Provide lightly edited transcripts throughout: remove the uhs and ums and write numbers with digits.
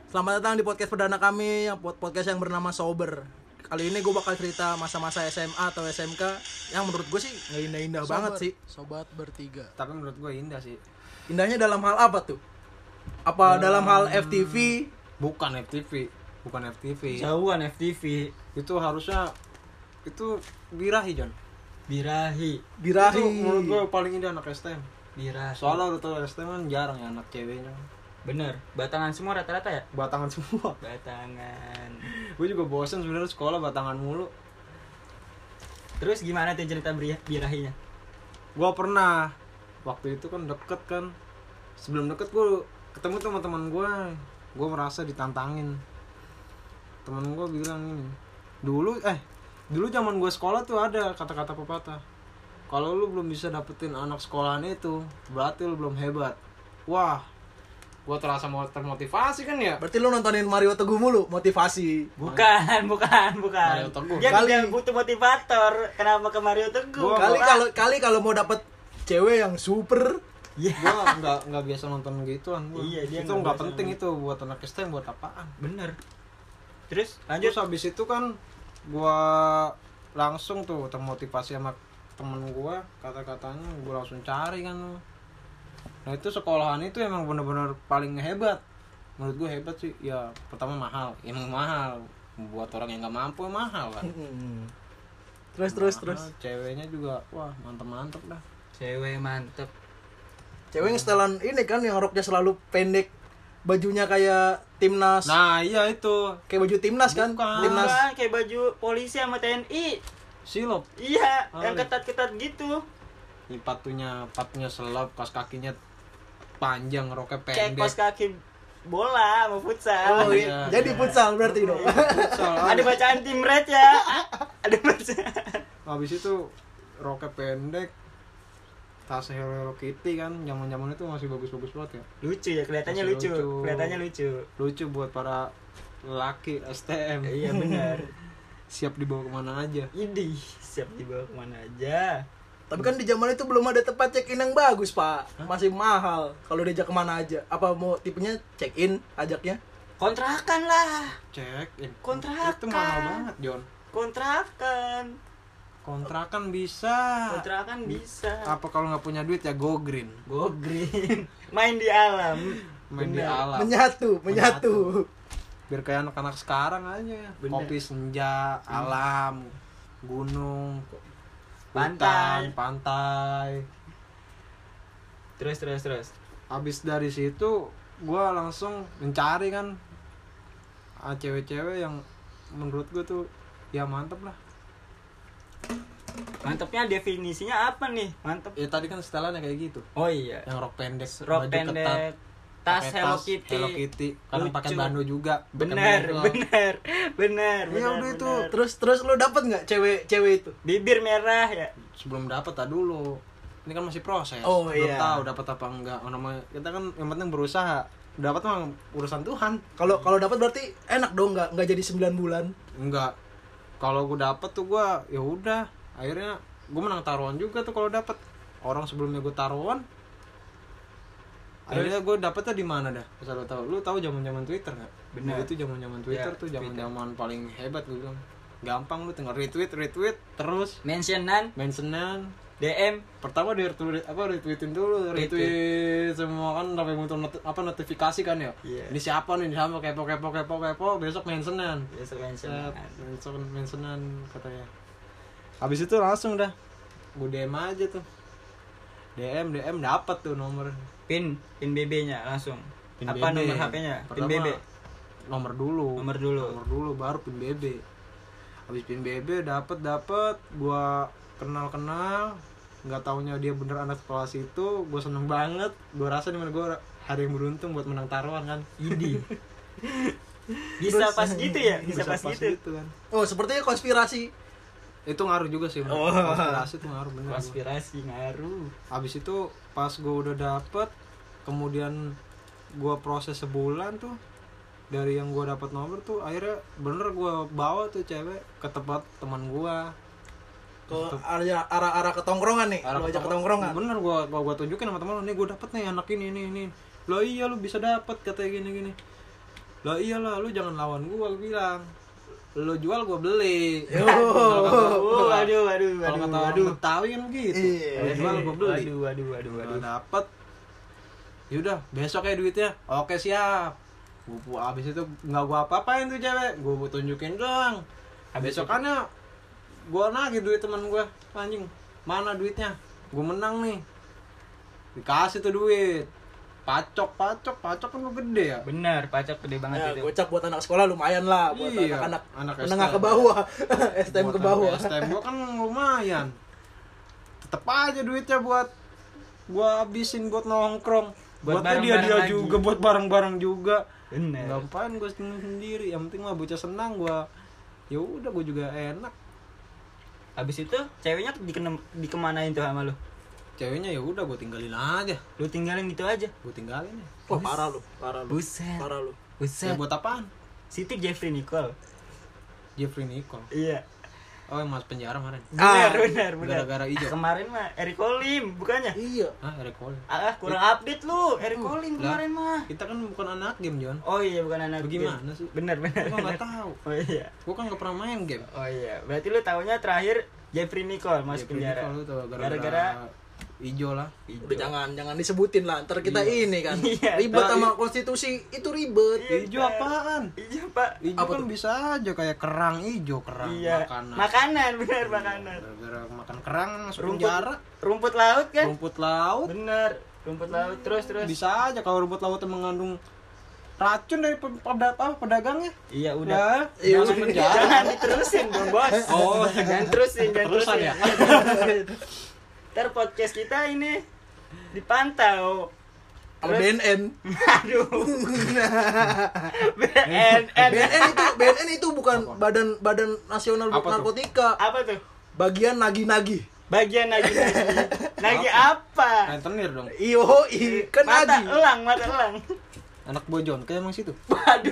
Selamat datang di podcast perdana kami, podcast yang bernama Sober. Kali ini gue bakal cerita masa-masa SMA atau SMK yang menurut gue sih nggak indah-indah banget sih. Sobat bertiga. Tapi menurut gue indah sih. Indahnya dalam hal apa tuh? Apa dalam hal FTV? Bukan FTV. Jauhan FTV. Itu harusnya itu birahi, John. Birahi. Itu menurut gue paling indah anak STM. Birahi. Soalnya udah tau STM kan jarang ya anak ceweknya. Bener. Batangan semua rata-rata ya? Batangan semua. Batangan. Gue juga bosen sebenarnya sekolah batangan mulu. Terus gimana tuh cerita birahinya? Gue pernah waktu itu kan deket kan. Sebelum deket gue ketemu sama teman gue. Gue merasa ditantangin. Temen gue bilang ini. Dulu zaman gue sekolah tuh ada kata-kata pepatah. Kalau lu belum bisa dapetin anak sekolahan itu, berarti lu belum hebat. Wah, gue terasa mau termotivasi kan ya. Berarti lu nontonin Mario Teguh mulu, motivasi. Bukan. Mario Teguh. Dia yang butuh motivator. Kenapa ke Mario Teguh? Kali kalau mau dapet cewek yang super, Iya. Gue nggak biasa nonton gituan. Iya, dia itu nggak nggak biasa penting nonton. itu buat anak STM buat apaan. Bener. Terus lanjut. Terus habis itu kan gue langsung tuh termotivasi sama temen gue, kata-katanya gue langsung cari kan. Nah itu sekolahan itu emang bener-bener paling hebat. Menurut gue hebat sih. Ya pertama mahal, emang mahal. Buat orang yang nggak mampu mahal kan. terus. Ceweknya juga wah mantep dah. Cewek mantep. Cewek yang setelan ini kan yang roknya selalu pendek, bajunya kayak timnas. Nah iya itu Kayak baju timnas kan? Bukan. Timnas. Bukan, kayak baju polisi sama TNI. silop. Iya, Oh, yang iya. ketat-ketat gitu. Ini patunya selop, kaos kakinya panjang, roknya Kayak pendek. kos kaki bola mau futsal. Oh iya, jadi futsal berarti dong. Futsal, Ada bacaan tim red ya. Ada bacaan. habis itu roknya pendek, tas Hello Kitty kan, zaman itu masih bagus-bagus banget ya. Lucu ya, kelihatannya Masih lucu. lucu. Kelihatannya lucu. Lucu buat para laki STM. Iya benar. Siap dibawa kemana aja. Idih, siap dibawa kemana aja. Tapi kan di zaman itu belum ada tempat check-in yang bagus, Pak. Masih mahal kalau diajak kemana aja. Apa mau tipenya check-in ajaknya? Kontrakan lah. Cek in. Kontrakan. Itu mahal banget, John. Kontrakan bisa. Kontrakan bisa. Apa kalau nggak punya duit ya go green. Go green. Main di alam. Main di Bener. alam. Menyatu. Biar kayak anak-anak sekarang aja. Bener. Kopi senja, alam, gunung, Pantai. hutan, pantai. Terus. Habis dari situ gua langsung mencari kan cewek-cewek yang menurut gua tuh ya mantep lah. Mantepnya definisinya apa nih? Mantep. Ya tadi kan setelannya kayak gitu. Oh iya. Yang rok pendek, Rok baju pendek, ketat, tas pakai Hello Kitty. Hello Kitty. Kadang pakai Lucu. bando juga. pakai Bener. bengkel. Ya udah itu. Terus lu dapet nggak cewek itu? Bibir merah ya. Sebelum dapat dulu. Ini kan masih proses. Oh, belum iya. tahu dapat apa enggak. Namanya kita kan yang penting berusaha. Dapat mah urusan Tuhan. Kalau dapet berarti enak dong, nggak jadi 9 bulan. Enggak. Kalau gue dapet tuh gue ya udah. Akhirnya gue menang taruhan juga tuh kalau dapet. Orang sebelumnya gue taruhan. Akhirnya gue dapetnya di mana dah? Asal lo tahu. Lu tahu zaman-zaman Twitter nggak? Benar. Itu zaman-zaman Twitter Ya, tuh zaman-zaman paling hebat gue bilang. Gampang lu tinggal retweet terus Mentionan, mentionan. DM. Pertama di retweetin dulu, retweet semua kan sampai muncul notifikasi kan ya. Iya. Ini siapa nih? Sama kepo, besok mentionan. Besok mentionan. Mentionan katanya. Habis itu langsung dah. Gue DM aja tuh. DM dapat tuh nomor. Pin BB-nya langsung. Pin Apa BB. nomor HP-nya? Pin Pertama, BB. Nomor dulu. Nomor dulu. Baru pin BB. Habis pin BB dapat gua kenal nggak taunya dia bener anak sekolah situ. Gua seneng banget, gua rasa dimana gua hari yang beruntung buat menang taruhan kan. Idi. Bisa pas gitu ya? Bisa pas gitu. kan. Oh, sepertinya konspirasi. Itu ngaruh juga sih. Oh. Konspirasi tuh ngaruh bener. Konspirasi ngaruh. Habis itu pas gua udah dapet, kemudian gua proses sebulan tuh, dari yang gua dapat nomor tuh akhirnya bener gua bawa tuh cewek ke tempat teman gua. Ke arah ke tongkrongan nih. Lu ajak ke tongkrongan. Bener gua tunjukin sama teman lu, nih gua dapet nih anak ini. Lo iya lu bisa dapet katanya gini. Lah iyalah, lu jangan lawan gua bilang. Lu jual gua beli. Waduh. Kalau kata orang Betawi kan begitu. Iya. Lu jual gua beli. Waduh. Dapat. Yaudah, besok ya duitnya. Oke, siap. Gua abis itu nggak gua apa-apain tuh cewek. Gua tunjukin doang. Besokannya gua nagih duit teman gua. Anjing, mana duitnya? Gua menang nih. Dikasih tuh duit. Pacok kan lu gede ya. Bener, pacak gede banget Ya, itu. gocap buat anak sekolah lumayan lah, buat Iya, anak-anak anak menengah STM. ke bawah. STM ke Buat bawah. anak STM gua kan lumayan. Tetep aja duitnya buat gua habisin buat nongkrong. Buat Buatnya dia bareng-bareng lagi. juga buat bareng-bareng juga. Bener. Ngapain gue sendiri, yang penting mah bocah senang gua. Ya udah gua juga enak. Habis itu ceweknya dikemanain tuh sama lu? Ceweknya ya udah gua tinggalin aja. Lu tinggalin gitu aja. Gua tinggalin ya. Wah, parah lu. Buset. Parah lu. Ya Buset. buat apaan? Siti Jeffrey Nicole. Jeffrey Nicole. Iya. Oh, yang masuk penjara kemarin. Bener. Gara-gara hijau. Kemarin mah Eric Colim, bukannya? Iya. Ah, Eric Cole. Kurang update lu. Eric Colim Lah, kemarin mah. kita kan bukan anak game, Jon. Oh iya, bukan anak. Bagaimana game. sih? Bener. Gua nggak tahu. Oh iya. Gua kan nggak pernah main game. Oh iya. Berarti lu taunya terakhir Jeffrey Nicole masuk Jeffrey penjara. Nicole tuh Gara-gara hijau lah. Udah jangan disebutin lah, ntar kita ini kan. Iya, Ribet ntar- sama konstitusi, itu ribet. Hijau apaan? Iya, Pak. Hijau Apa kan tuh? bisa aja kayak kerang hijau, kerang Iya. makanan. Makanan, bener makanan. Gara-gara makan kerang masuk Rumput penjara. rumput laut kan? Rumput laut Bener. Rumput laut terus. bisa aja kalau rumput laut mengandung racun dari pedagangnya. Iya, udah. Iya, Masuk udah. penjara. Jangan diterusin dong, Bos. Oh, jangan terusin. terusan ya. Ntar podcast kita ini dipantau. Sama BNN. Aduh. BNN itu bukan badan nasional Apa tuh? narkotika. Apa tuh? Bagian nagih-nagih. Bagian nagi. Nagi apa? Rentenir dong. Iyo, kan Mata nagih. elang. Anak bojon kayak emang situ. Waduh.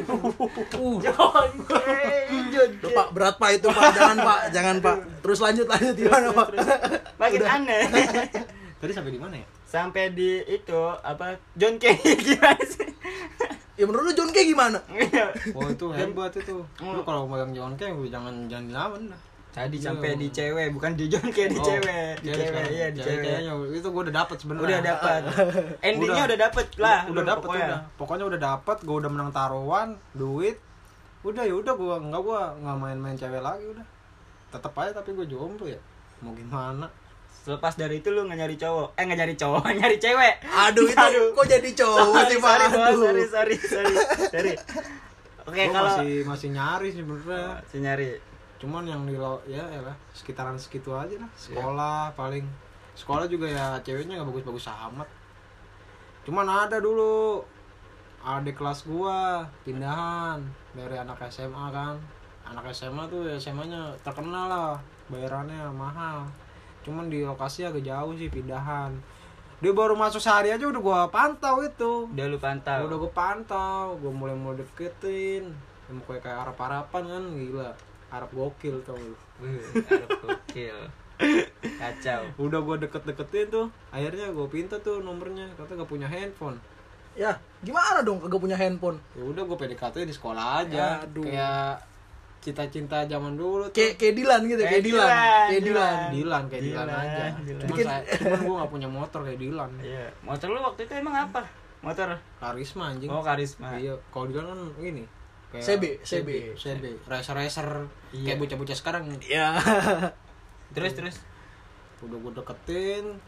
Jon. Duh, Pak, berat Pak itu Pak. Jangan Pak. Terus lanjut gimana Pak? Makin aneh. Tadi sampai di mana ya? Sampai di itu apa? John Kay gimana sih? Ya menurut lu John Kay gimana? Oh, itu hebat itu. Lu kalau mau yang John Kay jangan dilawan dah. Tadi sampai di cewek, bukan di John Kay, di cewek. Di cewek, sekarang. iya di cewek. Kayaknya itu gua udah dapet sebenarnya. Udah dapat. Endingnya udah dapet lah. Udah dapet pokoknya. udah. Pokoknya udah dapet, gua udah menang taruhan, duit. Udah ya udah gua nggak main-main cewek lagi udah. Tetep aja tapi gua jomblo ya. Mau gimana? Selepas dari itu lu nggak nyari cowok, nyari cewek. Aduh, itu kok jadi cowok sih Pak? Aduh. Sorry. Oke, Gua kalau masih nyari sih sebenarnya. si nyari. Cuman yang ya elah sekitaran segitu aja lah. Sekolah paling. Sekolah juga ya ceweknya nggak bagus-bagus amat. Cuman ada dulu adik kelas gua pindahan dari anak SMA kan. Anak SMA tuh ya SMA-nya terkenal lah, bayarannya mahal. Cuman di lokasi agak jauh sih pindahan. Dia baru masuk sehari aja udah gua pantau itu. Udah lu pantau. Udah gua pantau, gua mulai deketin. Yang kayak Arab-Arapan kan gila. Arab gokil tau lu. Arab gokil. Kacau. Udah gua deket-deketin tuh. Akhirnya gua pinta tuh nomornya, kata gak punya handphone. Ya, gimana dong kagak punya handphone? Ya udah gua PDKT di sekolah aja. Aduh. Kayak cinta-cinta zaman dulu tuh. Kayak Dilan gitu, kayak Dilan. Kayak Dilan. Dilan kayak Dilan Dilan, aja. Dilan. Cuman gua gak punya motor kayak Dilan. Iya. Motor lu waktu itu emang apa? Motor. Karisma anjing. Oh, karisma. Iya, kalau Dilan kan ini CB. racer Iya. kayak bocah-bocah sekarang. Ya. Terus. Udah gue deketin,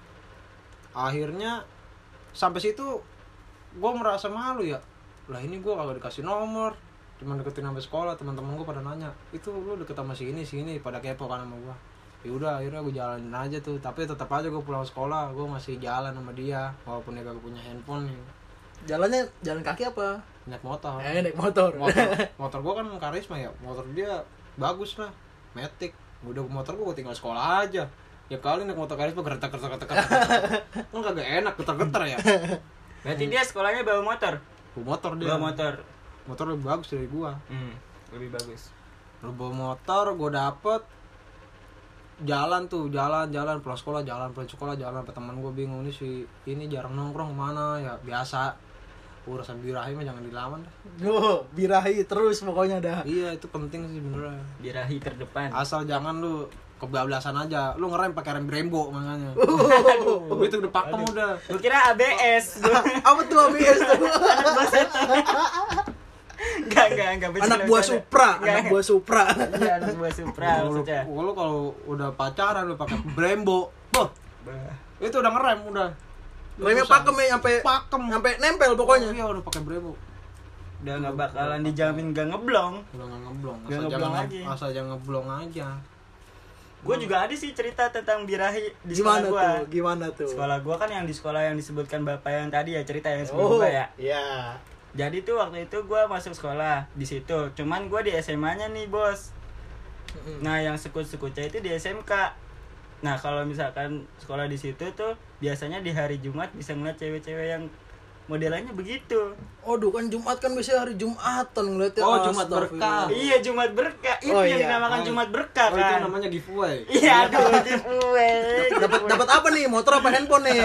akhirnya sampai situ gue merasa malu ya. Lah ini gue kagak dikasih nomor, cuma deketin sampai sekolah. Teman-teman gue pada nanya, itu lu deket sama sini pada kepo kan sama gue. Ya udah akhirnya gue jalanin aja tuh, tapi tetap aja gue pulang sekolah gue masih jalan sama dia walaupun dia kagak punya handphone nih. Jalannya jalan kaki apa? Naik motor. Naik motor. Motor gue kan karisma ya, motor dia bagus lah, Matic. Udah motor gue tinggal sekolah aja. Ya kali naik motor karisma gertak kan kagak enak, getar-getar ya. Berarti dia sekolahnya bawa motor. Motor dia. Bawa motor. Motor lebih bagus dari gua. Lebih bagus. Lu bawa motor, gua dapet jalan pulang sekolah jalan. Teman gua bingung nih si ini jarang nongkrong kemana ya biasa. urusan birahi mah jangan dilawan dah. Birahi terus pokoknya dah. Iya itu penting sih beneran. Birahi terdepan. Asal jangan lu kebablasan aja, lu ngerem pakai rem Brembo makanya. Itu udah pakem udah. Gua kira ABS. Apa tuh ABS tuh? Enggak Anak buah Supra, anak buah Supra. Iya, anak buah Supra maksudnya. Lu kalau udah pacaran lu pakai Brembo, boh, itu udah ngerem udah. Remnya pakem ya sampai nempel pokoknya. Iya udah pakai Brembo. Udah enggak bakalan dijamin gak ngeblong. Udah nggak ngeblong, Nggak ngeblong lagi. asal jangan ngeblong aja. Gue juga ada sih cerita tentang birahi di sekolah gua. Gimana tuh? Sekolah gua kan yang di sekolah yang disebutkan bapak yang tadi ya, cerita yang sebelum gua ya. Iya. Jadi tuh waktu itu gua masuk sekolah di situ. Cuman gua di SMA-nya nih, Bos. Nah, yang sekut-sekutnya itu di SMK. Nah, kalau misalkan sekolah di situ tuh biasanya di hari Jumat bisa ngeliat cewek-cewek yang modelannya begitu. Aduh kan Jumat kan biasanya hari Jumatan ngeliatnya. Oh, Jumat berkah. Iya, Jumat berkah. Itu Oh, yang iya. dinamakan Jumat berkah Oh, itu kan. namanya giveaway. Iya, aduh, giveaway. Dapat apa nih? Motor apa handphone nih?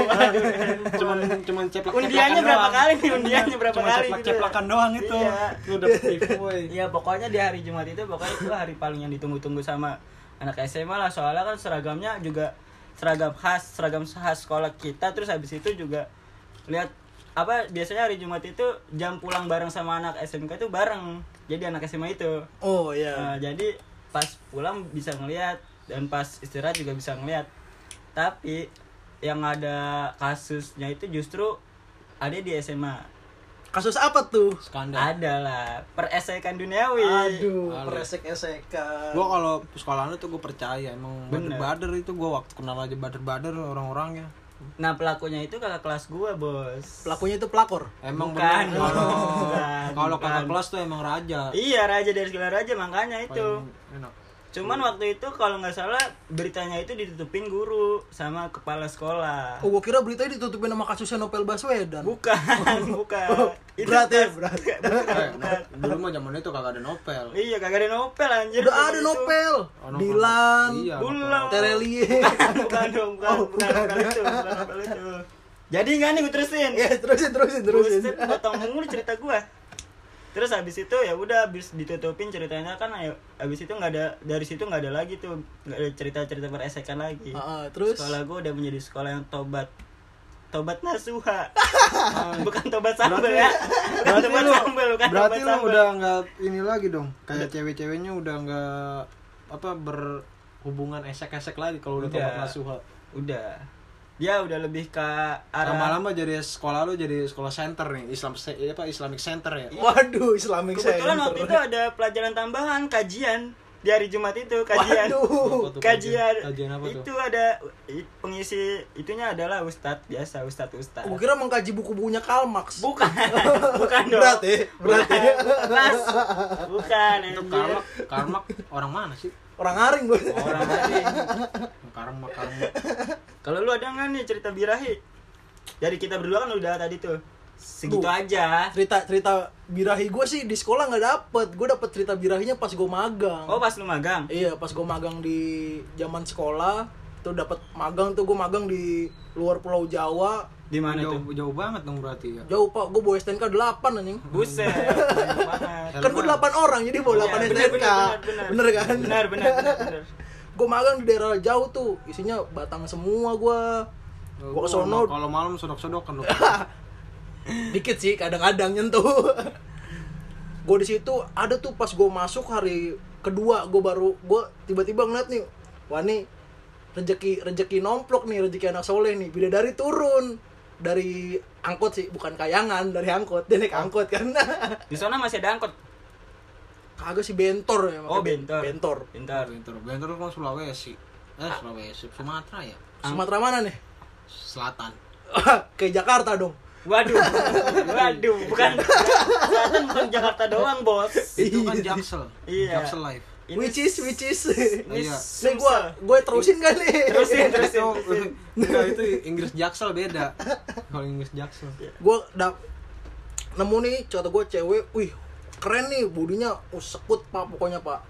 Cuman ceplak. Undiannya berapa kali nih? Undiannya berapa Cuma kali? ceplak-ceplakan doang itu. Iya. Lu dapet giveaway. Iya, pokoknya di hari Jumat itu pokoknya itu hari paling yang ditunggu-tunggu sama anak SMA lah, soalnya kan seragamnya juga seragam khas sekolah kita. Terus habis itu juga lihat apa biasanya hari Jumat itu jam pulang bareng sama anak SMK itu bareng. Jadi anak SMA itu. Oh iya. Nah, jadi pas pulang bisa ngelihat dan pas istirahat juga bisa ngelihat. Tapi yang ada kasusnya itu justru ada di SMA. Kasus apa tuh? Skandal. Ada lah, peresekan duniawi. Aduh, Halo. peresek-esekan. Gua kalau sekolahnya tuh gue percaya emang Bener. bader itu gua waktu kenal aja bader orang-orangnya. Nah, pelakunya itu kakak kelas gua, Bos. Pelakunya itu pelakor. Emang Bukan. bener Bukan, kalau bukan. kakak kelas tuh emang raja. Iya, raja dari segala raja, makanya itu. Paling enak. Cuman waktu itu kalau nggak salah beritanya itu ditutupin guru sama kepala sekolah. Oh, gua kira beritanya ditutupin sama kasusnya Novel Baswedan. Bukan. Itu Berat ya, pas- berat. Dulu mah zaman itu kagak ada novel. Iya, kagak ada novel anjir. Udah ada Itu. novel. Oh, novel. Dilan, Iya, Belum. novel. Terelie. Bukan dong, bukan novel itu, bukan novel itu. Jadi nggak nih gue terusin. Ya, terusin. Buset, potong mulu cerita gua. Terus habis itu ya udah habis ditutupin ceritanya kan ya habis itu nggak ada, dari situ nggak ada lagi tuh, nggak ada cerita-cerita peresekan lagi. Terus Sekolah gua udah menjadi sekolah yang tobat nasuha. Bukan tobat sambel ya. Bukan tobat sambel, bukan Berarti tobat lu sambel. udah nggak ini lagi dong. Kayak cewek-ceweknya udah nggak apa berhubungan esek-esek lagi kalau udah Udah. tobat nasuha. Udah. Dia udah lebih ke arah Lama-lama jadi sekolah lu jadi sekolah center nih, Islamic Center ya. waduh, Islamic kebetulan Center. waktu itu ada pelajaran tambahan kajian di hari Jumat itu kajian. Waduh. Apa tuh Kajian apa tuh? itu ada pengisi itunya adalah ustadz biasa, ustadz. Gua kira mengkaji buku-bukunya Karl Marx. Bukan dong. Berat ya. Kelas. Bukan. Itu anjir. Karmak orang mana sih? Orang aring gua. Orang lain. Karmak. Kalau lu ada nggak nih cerita birahi? Dari kita berdua kan udah tadi tuh. Segitu Duh. aja. Cerita birahi gue sih di sekolah nggak dapet. Gue dapet cerita birahinya pas gue magang. Oh, pas lu magang. Iya, pas gue magang di zaman sekolah tuh dapet magang tuh, gue magang di luar Pulau Jawa. Di mana tuh? Jauh banget dong berarti ya. Jauh pak, gue bawa STNK 8 anjing. Buset, banyak banget. Kan gue 8 orang jadi bawa 8 Iya, STNK. Bener kan? Bener. Gue magang di daerah jauh tuh, isinya Batang semua gue. Gue kesono Kalau malam sodok-sodokan lu. dikit sih, kadang-kadang nyentuh. Gue di situ ada tuh pas gue masuk hari kedua, gue tiba-tiba ngeliat nih, wah nih rezeki nomplok nih, rezeki anak soleh nih. Bidadari turun dari angkot sih, bukan kayangan, dari angkot. Dia naik angkot kan. Di sana masih ada angkot. Kagak sih, bentor ya. Oh, makanya bentor. Bentor kan Sulawesi. Sumatera ya. Sumatera mana nih? Selatan. Kayak Jakarta dong. Waduh, bukan Selatan, bukan Jakarta doang, Bos. Itu kan Jaksel. Iya. Jaksel Live. Ini Which is ini Iya. Nih gue terusin kali. terusin. Enggak, itu Inggris Jaksel beda. Kalau Inggris Jaksel. Gue nemu nih kata gue cewek, wih keren nih bodinya, sekut pak pokoknya pak.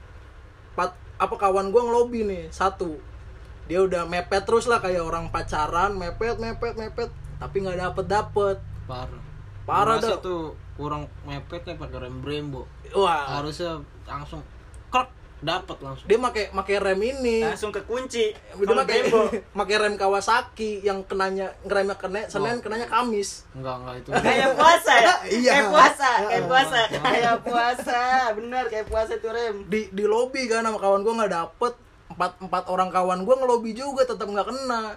Apa kawan gue ngelobi nih satu, dia udah mepet terus lah kayak orang pacaran, mepet tapi nggak dapet. Parah. Parah Gua rasa dah. tuh kurang mepetnya pakai rem Brembo. Wah, Harusnya langsung krek dapat langsung. dia make rem ini. Langsung ke kunci. Dia Kalau Brembo. make rem Kawasaki yang ngeremnya Senin, kenanya Kamis. Enggak itu. Kayak puasa ya? Iya. Kayak puasa. Bener kayak puasa tuh rem. Di lobi kan sama kawan gue nggak dapet. Empat orang kawan gue ngelobi juga tetap nggak kena.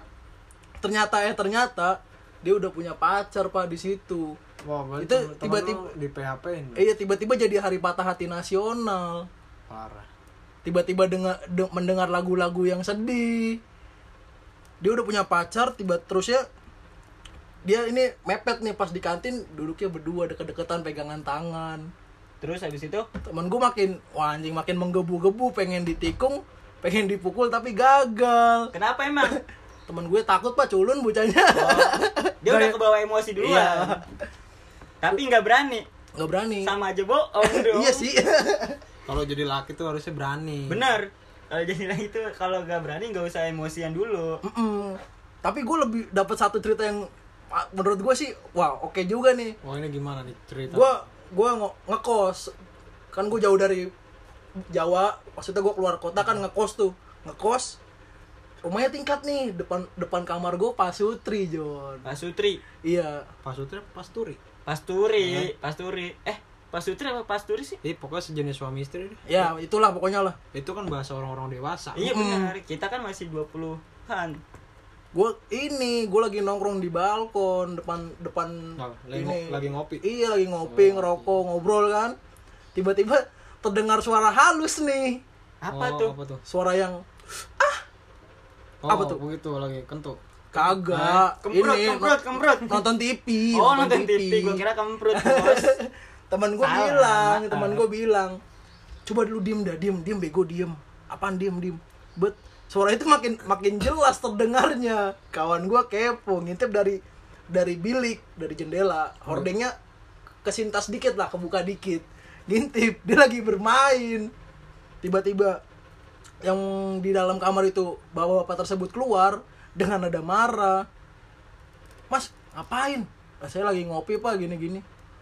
Ternyata dia udah punya pacar pak di situ. Wah, berarti Itu temen tiba-tiba- lu di PHP-in. Iya tiba-tiba jadi hari patah hati nasional. Parah. Tiba-tiba mendengar lagu-lagu yang sedih. Dia udah punya pacar, terusnya dia ini mepet nih pas di kantin duduknya berdua deket-deketan pegangan tangan. Terus habis itu Temen gue makin menggebu-gebu, pengen ditikung, pengen dipukul tapi gagal. kenapa emang? Temen gue takut pak, culun bocahnya. Dia udah kebawa emosi duluan. Iya. Tapi nggak berani. Nggak berani. Sama aja bohong dong. Iya sih. Kalau jadi laki tuh harusnya berani. Bener. Kalau jadi lagi itu kalau nggak berani nggak usah emosian dulu. Tapi gue lebih dapat satu cerita yang menurut gue sih, wah oke juga nih. Wah, ini gimana nih cerita? Gue ngekos, kan gue jauh dari Jawa, maksudnya gue keluar kota kan ngekos, rumahnya tingkat nih, depan kamar gue pasutri Jon. Pasutri. Iya. Pasutri Pasturi. Pasturi. Pasutri apa Pasturi sih? Pokoknya sejenis suami istri deh. Ya itulah pokoknya lah. Itu kan bahasa orang-orang dewasa. Iya benar. Kita kan masih 20-an. Gue lagi nongkrong di balkon depan Nah, ini. lagi ngopi. Iya lagi ngopi, ngerokok, ngobrol kan. Tiba-tiba terdengar suara halus nih, Apa tuh? Apa tuh? suara yang apa tuh? Begitu lagi kentut. kagak. Kemprut. Nonton TV. Oh, nonton TV. Gua kira kemprut, Bos. Temen gue Salah. bilang, coba dulu diem bego, diem. Apaan diem? Bet, suara itu makin jelas terdengarnya. Kawan gue kepo, ngintip dari bilik, dari jendela. Hordengnya kesintas dikit lah, kebuka dikit. Ngintip, dia lagi bermain. Tiba-tiba yang di dalam kamar itu bapak tersebut keluar dengan nada marah. Mas, ngapain? Saya lagi ngopi pak, gini-gini.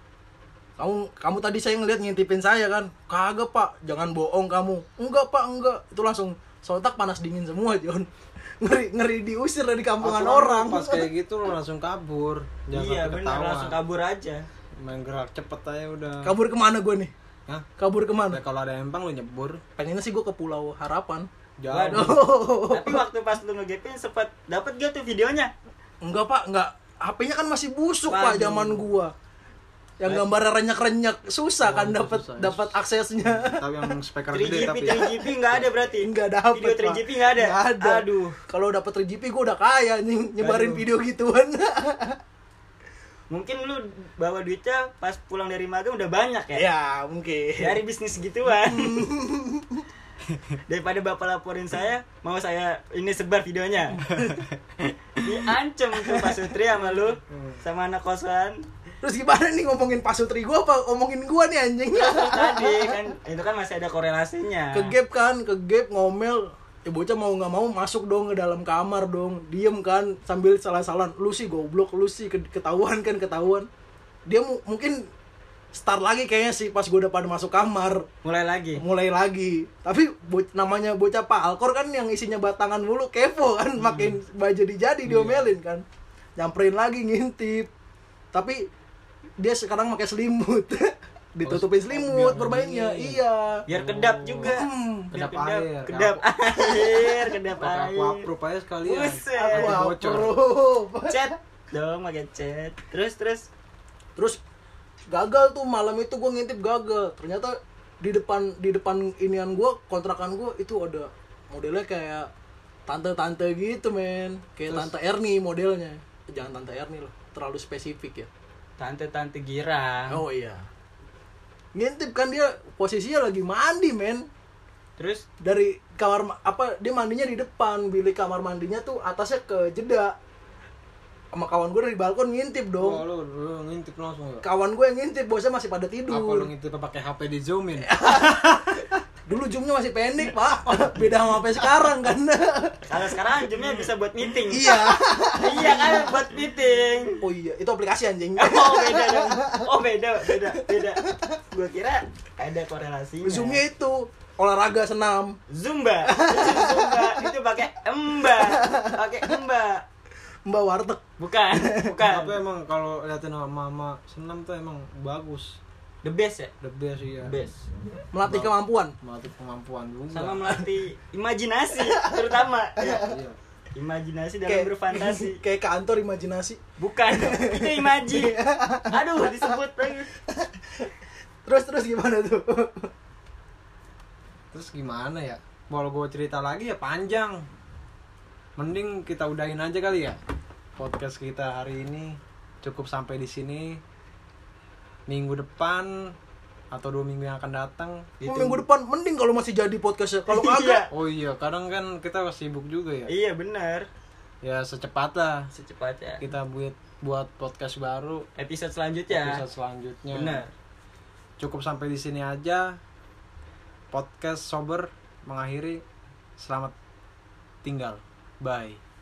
Kamu tadi saya ngeliat ngintipin saya kan? Kagak pak, jangan bohong kamu. Enggak pak, enggak. Itu langsung sontak panas dingin semua Jon. Ngeri diusir dari kampungan orang. Pas kayak gitu lo langsung kabur. Jangan Iya, sampai benar. ketahuan. Langsung kabur aja. Main gerak cepet aja udah. Kabur kemana gue nih? Hah? Kabur kemana? Nah, kalau ada empang lu nyebur. Pengennya sih gue ke Pulau Harapan. Jauh. Waduh. Tapi waktu pas lu nge-GP sempet dapet gak tuh videonya? Enggak pak, enggak. HP-nya kan masih busuk pak Waduh. zaman gua. Yang gambarnya renyak-renyak susah kan susah. dapat aksesnya. Tapi yang speaker gede 3GP, tapi 3GP nggak ada berarti? Enggak dapet. Video 3GP nggak ada? Nggak ada. Aduh. Kalau dapat 3GP gua udah kaya nih nyebarin Aduh. video gituan. Mungkin lu bawa duitnya pas pulang dari magang udah banyak ya? Ya, mungkin. Dari bisnis gituan. Daripada bapak laporin saya, mau saya ini sebar videonya. Diancem tuh Pak Sutri sama lu, sama anak kosan. Terus gimana nih ngomongin pasutri gua apa ngomongin gua nih anjing? Tadi kan itu kan masih ada korelasinya. Ke gap ngomel. Bocah mau nggak mau masuk dong ke dalam kamar dong. Diem kan sambil salah-salahan. Lu sih goblok, lu sih ketahuan. Dia mungkin start lagi kayaknya sih pas gue udah pada masuk kamar. Mulai lagi. Tapi namanya bocah Pak Alkor kan yang isinya batangan mulu kepo kan. Makin jadi diomelin kan. Nyamperin lagi ngintip. Tapi dia sekarang pakai selimut. Ditutupin selimut bermainnya. Iya. biar kedap juga. Biar Kedap air. Kedap air. pakai aquaproof aja sekalian. Buset. Nanti bocor. Chat dong, pakai chat. Terus Gagal tuh malam itu gue ngintip gagal. Ternyata di depan inian gue, kontrakan gue itu ada modelnya kayak tante-tante gitu men. Kayak Tante Erni modelnya. Jangan Tante Erni loh, terlalu spesifik ya. tante girang. Oh iya. Ngintip kan dia posisinya lagi mandi men. Terus Dari kamar dia mandinya di depan, bilik kamar mandinya tuh atasnya ke jeda. Sama kawan gue dari balkon ngintip dong. Oh, lu ngintip langsung ya? Kawan gue yang ngintip, bosnya masih pada tidur. Apa lu ngintip pakai HP di zoomin? Dulu zoomnya masih pendek pak, beda sama sampai sekarang kan. Kalau sekarang zoomnya bisa buat meeting. Iya. Iya kan buat meeting. Oh iya, itu aplikasi anjing. Oh beda dong. Oh beda. Gua kira ada korelasinya. Zoomnya itu olahraga senam. Zumba. Itu pakai emba. Mbak warteg. Bukan. Tapi emang kalau liatin mama senam tuh emang bagus. The best ya? The best iya. Best. Melatih kemampuan. Melatih kemampuan juga. Sama melatih imajinasi terutama ya. Iya. Imajinasi dalam berfantasi. Kayak kantor imajinasi. Bukan. Itu imaji. Aduh, disebut lagi. Terus gimana tuh? Terus gimana ya? Kalau gue cerita lagi ya panjang. Mending kita udahin aja kali ya. Podcast kita hari ini cukup sampai di sini. Minggu depan atau 2 minggu yang akan datang Minggu depan mending kalau masih jadi podcastnya. Kalau Iya. kagak, oh iya kadang kan kita sibuk juga ya. Iya benar. Ya secepatnya Secepatnya. kita buat podcast baru Episode selanjutnya. episode selanjutnya. Benar. Cukup sampai di sini aja. Podcast Sober mengakhiri. Selamat tinggal. Bye.